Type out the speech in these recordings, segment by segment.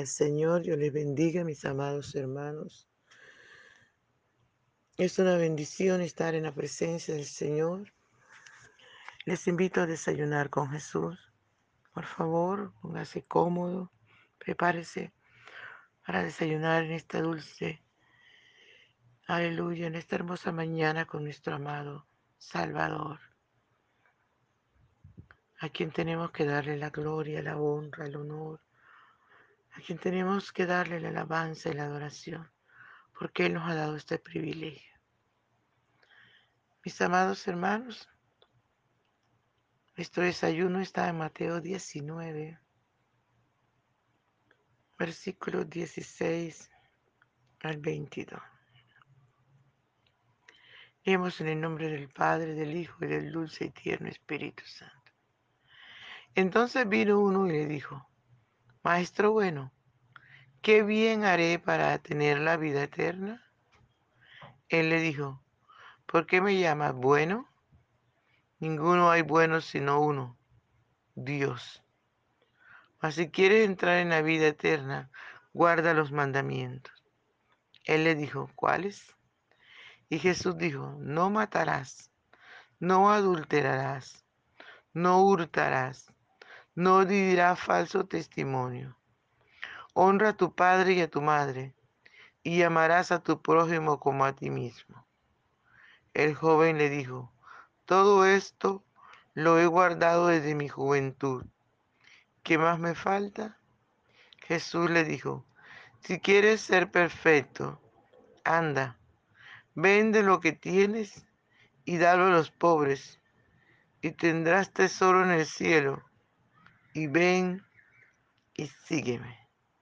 el Señor. Dios les bendiga, mis amados hermanos. Es una bendición estar en la presencia del Señor. Les invito a desayunar con Jesús. Por favor, póngase cómodo, prepárese para desayunar en esta dulce, aleluya, en esta hermosa mañana con nuestro amado Salvador, a quien tenemos que darle la gloria, la honra, el honor, a quien tenemos que darle la alabanza y la adoración, porque Él nos ha dado este privilegio. Mis amados hermanos, nuestro desayuno está en Mateo 19, versículos 16 al 22. Leemos en el nombre del Padre, del Hijo y del dulce y tierno Espíritu Santo. Entonces vino uno y le dijo: Maestro bueno, ¿qué bien haré para tener la vida eterna? Él le dijo: ¿por qué me llamas bueno? Ninguno hay bueno sino uno, Dios. Mas si quieres entrar en la vida eterna, guarda los mandamientos. Él le dijo: ¿cuáles? Y Jesús dijo: no matarás, no adulterarás, no hurtarás, no dirás falso testimonio. Honra a tu padre y a tu madre, y amarás a tu prójimo como a ti mismo. El joven le dijo: todo esto lo he guardado desde mi juventud. ¿Qué más me falta? Jesús le dijo: si quieres ser perfecto, anda, vende lo que tienes y dalo a los pobres, y tendrás tesoro en el cielo. Y ven y sígueme.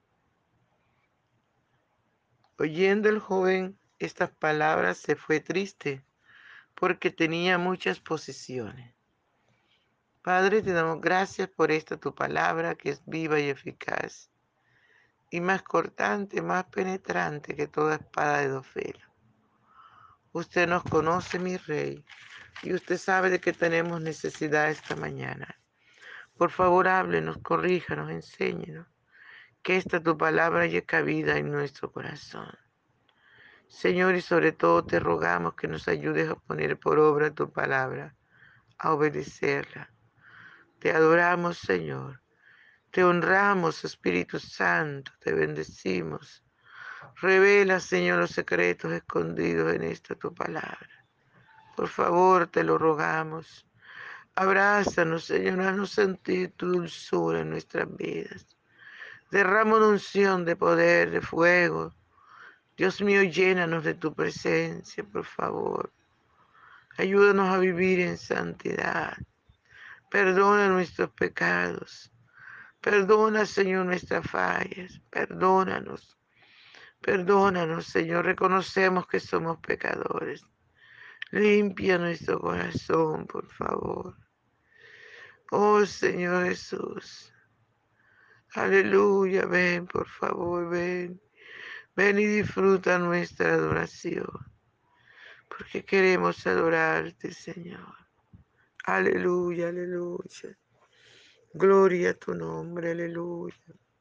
Oyendo el joven estas palabras, se fue triste, porque tenía muchas posesiones. Padre, te damos gracias por esta tu palabra, que es viva y eficaz, y más cortante, más penetrante que toda espada de dos filos. Usted nos conoce, mi Rey, y usted sabe de qué tenemos necesidad esta mañana. Por favor, háblenos, corríjanos, enséñenos, que esta tu palabra haya cabida en nuestro corazón. Señor, y sobre todo te rogamos que nos ayudes a poner por obra tu palabra, a obedecerla. Te adoramos, Señor. Te honramos, Espíritu Santo. Te bendecimos. Revela, Señor, los secretos escondidos en esta tu palabra. Por favor, te lo rogamos. Abrázanos, Señor, haznos sentir tu dulzura en nuestras vidas. Derrama una unción de poder, de fuego. Dios mío, llénanos de tu presencia, por favor. Ayúdanos a vivir en santidad. Perdona nuestros pecados. Perdona, Señor, nuestras fallas. Perdónanos. Perdónanos, Señor. Reconocemos que somos pecadores. Limpia nuestro corazón, por favor. Oh, Señor Jesús. Aleluya. Ven, por favor, ven. Ven y disfruta nuestra adoración. Porque queremos adorarte, Señor. Aleluya, aleluya. Gloria a tu nombre, aleluya.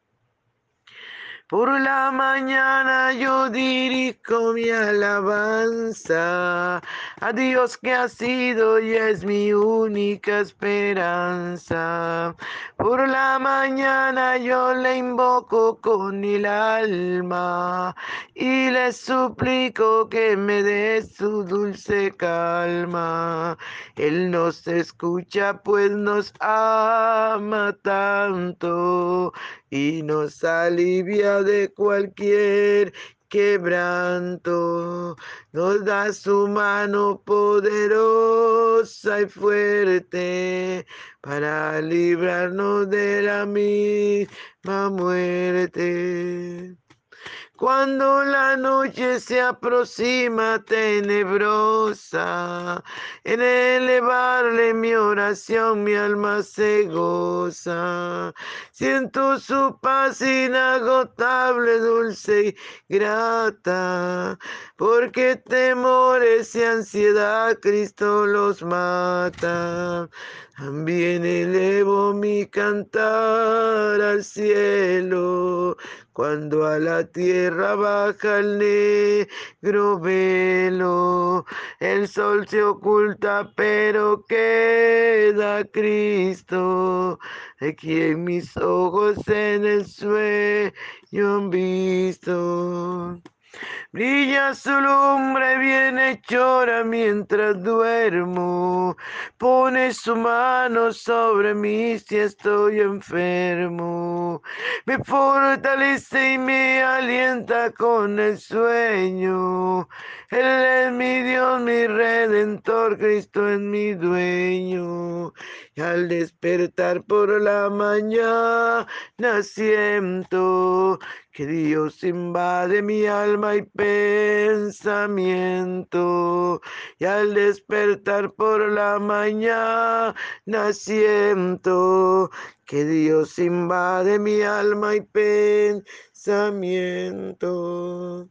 Por la mañana yo dirijo mi alabanza a Dios, que ha sido y es mi única esperanza. Por la mañana yo le invoco con el alma y le suplico que me dé su dulce calma. Él nos escucha, pues nos ama tanto, y nos alivia de cualquier quebranto. Nos da su mano poderosa y fuerte para librarnos de la misma muerte. Cuando la noche se aproxima tenebrosa, en elevarle mi oración mi alma se goza. Siento su paz inagotable, dulce y grata, porque temores y ansiedad Cristo los mata. También elevo mi cantar al cielo Cuando a la tierra baja el negro velo, el sol se oculta, pero queda Cristo, de quien mis ojos en el sueño han visto. Brilla su lumbre bienhechora mientras duermo. Pone su mano sobre mí si estoy enfermo. Me fortalece y me alienta con el sueño. Él es mi Dios, mi redentor, Cristo es mi dueño. Y al despertar por la mañana siento que Dios invade mi alma y pensamiento, y al despertar por la mañana siento que Dios invade mi alma y pensamiento.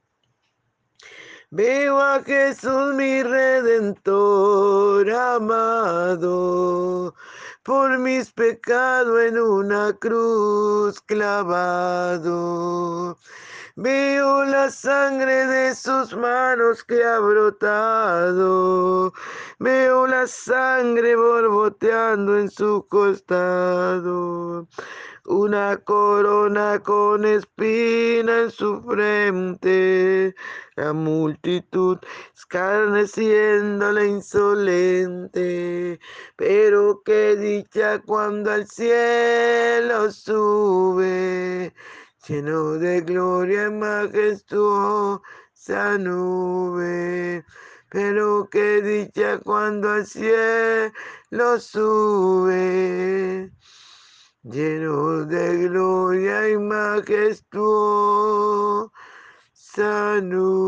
Veo a Jesús mi redentor amado, por mis pecados en una cruz clavado. Veo la sangre de sus manos que ha brotado. Veo la sangre borboteando en su costado. Una corona con espina en su frente. La multitud escarneciéndole insolente. Pero qué dicha cuando al cielo sube, lleno de gloria y majestuosa nube. Pero qué dicha cuando al cielo sube, lleno de gloria y majestuosa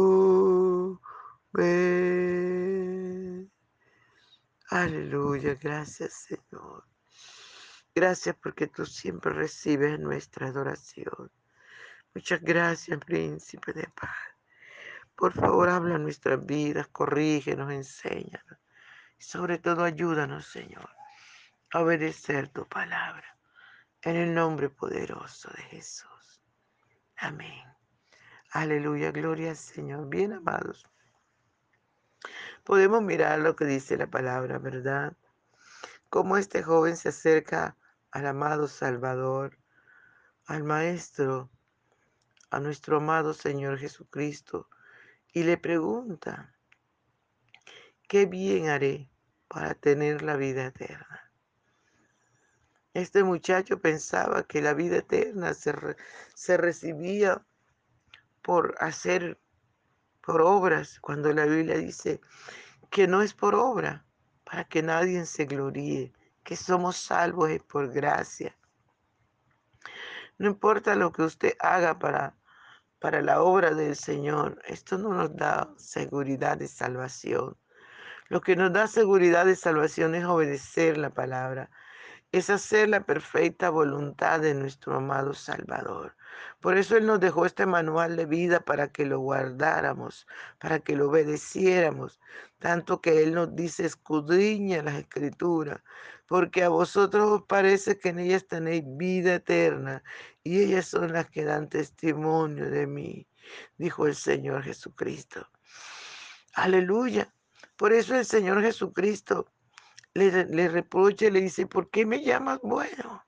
nube. Aleluya, gracias Señor. Gracias porque tú siempre recibes nuestra adoración. Muchas gracias, Príncipe de Paz. Por favor, habla en nuestras vidas, corrígenos, enséñanos. Y sobre todo, ayúdanos, Señor, a obedecer tu palabra. En el nombre poderoso de Jesús. Amén. Aleluya, gloria al Señor. Bien, amados, podemos mirar lo que dice la palabra, ¿verdad? Cómo este joven se acerca al amado Salvador, al Maestro, a nuestro amado Señor Jesucristo, y le pregunta: ¿qué bien haré para tener la vida eterna? Este muchacho pensaba que la vida eterna se recibía por hacer, por obras, cuando la Biblia dice que no es por obra, para que nadie se gloríe, que somos salvos es por gracia. No importa lo que usted haga para la obra del Señor, esto no nos da seguridad de salvación. Lo que nos da seguridad de salvación es obedecer la palabra, es hacer la perfecta voluntad de nuestro amado Salvador. Por eso Él nos dejó este manual de vida para que lo guardáramos, para que lo obedeciéramos. Tanto que Él nos dice: escudriña las Escrituras, porque a vosotros os parece que en ellas tenéis vida eterna, y ellas son las que dan testimonio de mí, dijo el Señor Jesucristo. Aleluya. Por eso el Señor Jesucristo le reprocha y le dice: ¿por qué me llamas bueno?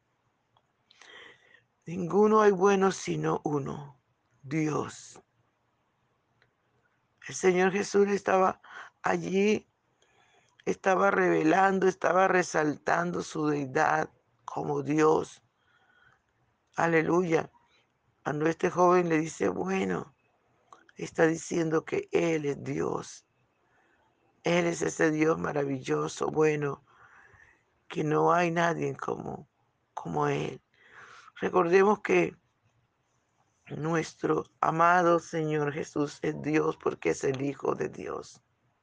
Ninguno hay bueno sino uno, Dios. El Señor Jesús estaba allí, estaba revelando, estaba resaltando su deidad como Dios. Aleluya. Cuando este joven le dice bueno, está diciendo que Él es Dios. Él es ese Dios maravilloso, bueno, que no hay nadie como Él. Recordemos que nuestro amado Señor Jesús es Dios porque es el Hijo de Dios.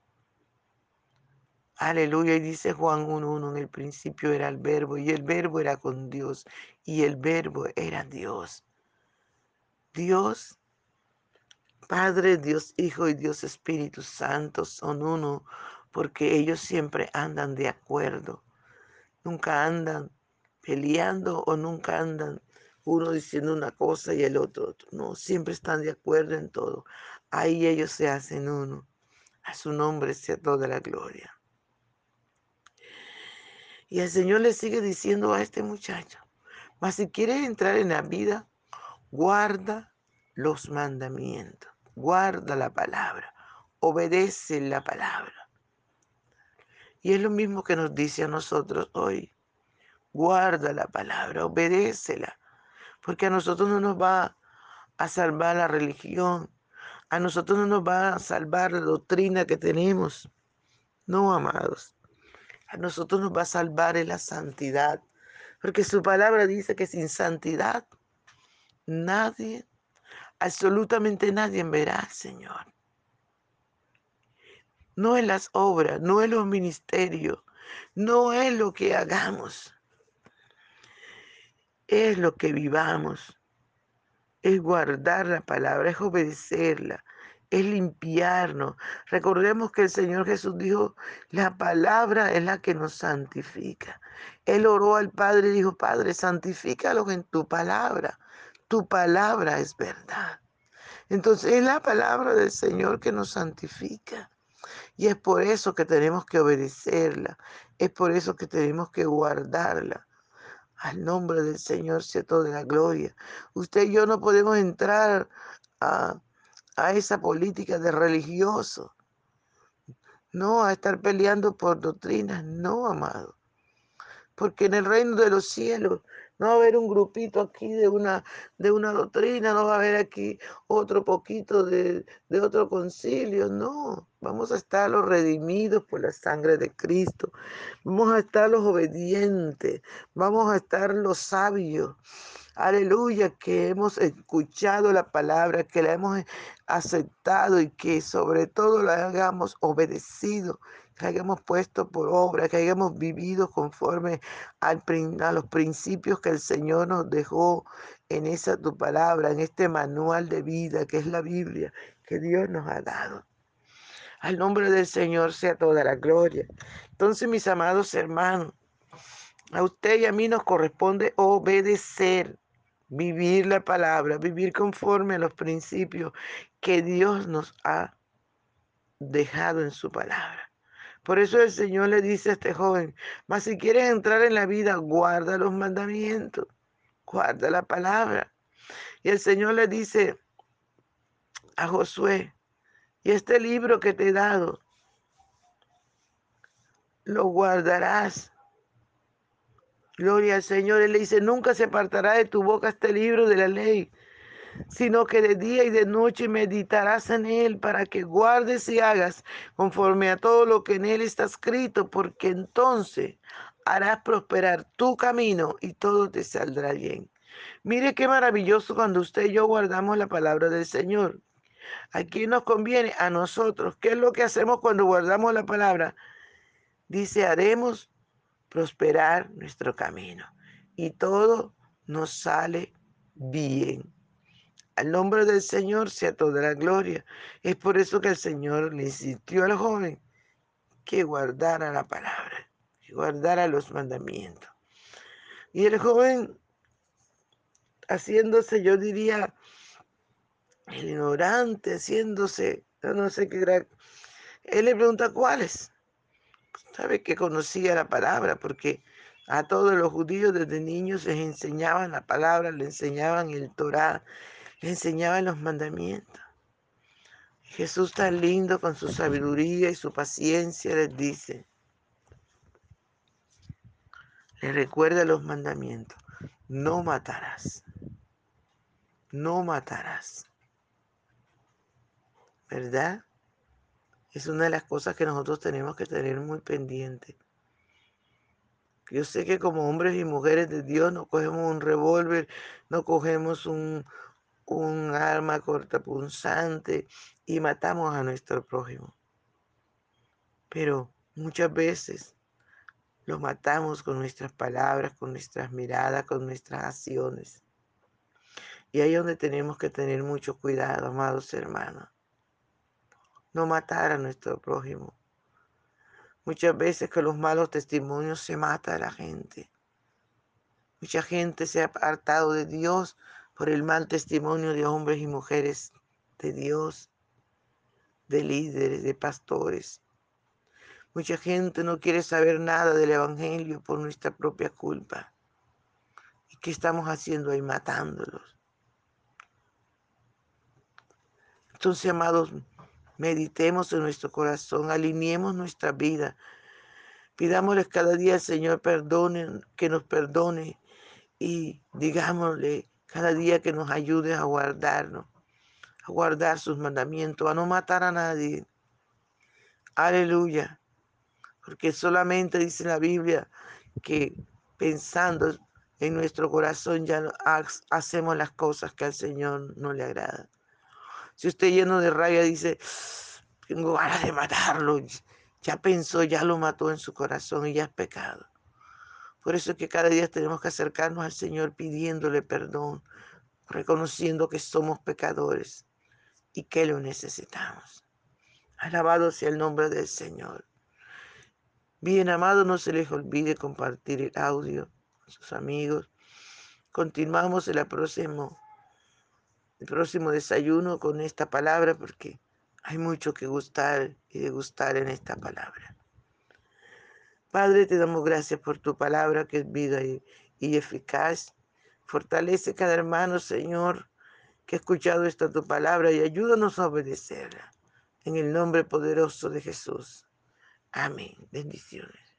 Aleluya. Y dice Juan 1:1: en el principio era el Verbo, y el Verbo era con Dios, y el Verbo era Dios. Dios Padre, Dios Hijo y Dios Espíritu Santo son uno, porque ellos siempre andan de acuerdo. Nunca andan peleando o nunca andan uno diciendo una cosa y el otro. No, siempre están de acuerdo en todo. Ahí ellos se hacen uno. A su nombre sea toda la gloria. Y el Señor le sigue diciendo a este muchacho, mas si quieres entrar en la vida, guarda los mandamientos, guarda la palabra, obedece la palabra. Y es lo mismo que nos dice a nosotros hoy. Guarda la palabra, obedécela, porque a nosotros no nos va a salvar la religión, a nosotros no nos va a salvar la doctrina que tenemos. No, amados, a nosotros nos va a salvar en la santidad, porque su palabra dice que sin santidad nadie, absolutamente nadie verá al Señor. No es las obras, no es los ministerios, no es lo que hagamos, es lo que vivamos. Es guardar la palabra, es obedecerla, es limpiarnos. Recordemos que el Señor Jesús dijo, la palabra es la que nos santifica. Él oró al Padre y dijo, Padre, santifícalos en tu palabra es verdad. Entonces es la palabra del Señor que nos santifica. Y es por eso que tenemos que obedecerla, es por eso que tenemos que guardarla. Al nombre del Señor sea toda la gloria. Usted y yo no podemos entrar a, a esa política de religioso, no a estar peleando por doctrinas, no, amado. Porque en el reino de los cielos no va a haber un grupito aquí de una doctrina, no va a haber aquí otro poquito de otro concilio, no. Vamos a estar los redimidos por la sangre de Cristo. Vamos a estar los obedientes, vamos a estar los sabios. Aleluya, que hemos escuchado la palabra, que la hemos aceptado y que sobre todo la hayamos obedecido, que hayamos puesto por obra, que hayamos vivido conforme a los principios que el Señor nos dejó en esa tu palabra, en este manual de vida que es la Biblia que Dios nos ha dado. Al nombre del Señor sea toda la gloria. Entonces, mis amados hermanos, a usted y a mí nos corresponde obedecer, vivir la palabra, vivir conforme a los principios que Dios nos ha dejado en su palabra. Por eso el Señor le dice a este joven, mas si quieres entrar en la vida, guarda los mandamientos, guarda la palabra. Y el Señor le dice a Josué, y este libro que te he dado, lo guardarás. Gloria al Señor. Él le dice, nunca se apartará de tu boca este libro de la ley, sino que de día y de noche meditarás en él para que guardes y hagas conforme a todo lo que en él está escrito, porque entonces harás prosperar tu camino y todo te saldrá bien. Mire qué maravilloso cuando usted y yo guardamos la palabra del Señor. ¿A quién nos conviene? A nosotros. ¿Qué es lo que hacemos cuando guardamos la palabra? Dice, haremos prosperar nuestro camino y todo nos sale bien. Al nombre del Señor sea toda la gloria. Es por eso que el Señor le insistió al joven que guardara la palabra, que guardara los mandamientos. Y el joven, haciéndose, yo diría, el ignorante, haciéndose, yo no sé qué era, él le pregunta cuáles. Sabe que conocía la palabra porque a todos los judíos desde niños les enseñaban la palabra, les enseñaban el Torá, les enseñaban los mandamientos. Jesús tan lindo con su sabiduría y su paciencia les dice, les recuerda los mandamientos, no matarás, no matarás, ¿verdad? Es una de las cosas que nosotros tenemos que tener muy pendiente. Yo sé que como hombres y mujeres de Dios no cogemos un revólver, no cogemos un arma cortapunzante y matamos a nuestro prójimo. Pero muchas veces lo matamos con nuestras palabras, con nuestras miradas, con nuestras acciones. Y ahí es donde tenemos que tener mucho cuidado, amados hermanos. No matar a nuestro prójimo. Muchas veces con los malos testimonios se mata a la gente. Mucha gente se ha apartado de Dios por el mal testimonio de hombres y mujeres de Dios, de líderes, de pastores. Mucha gente no quiere saber nada del Evangelio por nuestra propia culpa. ¿Y qué estamos haciendo ahí? Matándolos. Entonces, amados, meditemos en nuestro corazón, alineemos nuestra vida. Pidámosles cada día al Señor que nos perdone y digámosle cada día que nos ayude a guardarnos, a guardar sus mandamientos, a no matar a nadie. Aleluya. Porque solamente dice la Biblia que pensando en nuestro corazón ya hacemos las cosas que al Señor no le agrada. Si usted lleno de rabia dice, tengo ganas de matarlo, ya pensó, ya lo mató en su corazón y ya es pecado. Por eso es que cada día tenemos que acercarnos al Señor pidiéndole perdón, reconociendo que somos pecadores y que lo necesitamos. Alabado sea el nombre del Señor. Bien, amado, no se les olvide compartir el audio con sus amigos. Continuamos el próximo desayuno con esta palabra porque hay mucho que gustar y degustar en esta palabra. Padre, te damos gracias por tu palabra que es vida y eficaz. Fortalece cada hermano, Señor, que ha escuchado esta tu palabra y ayúdanos a obedecerla. En el nombre poderoso de Jesús. Amén. Bendiciones.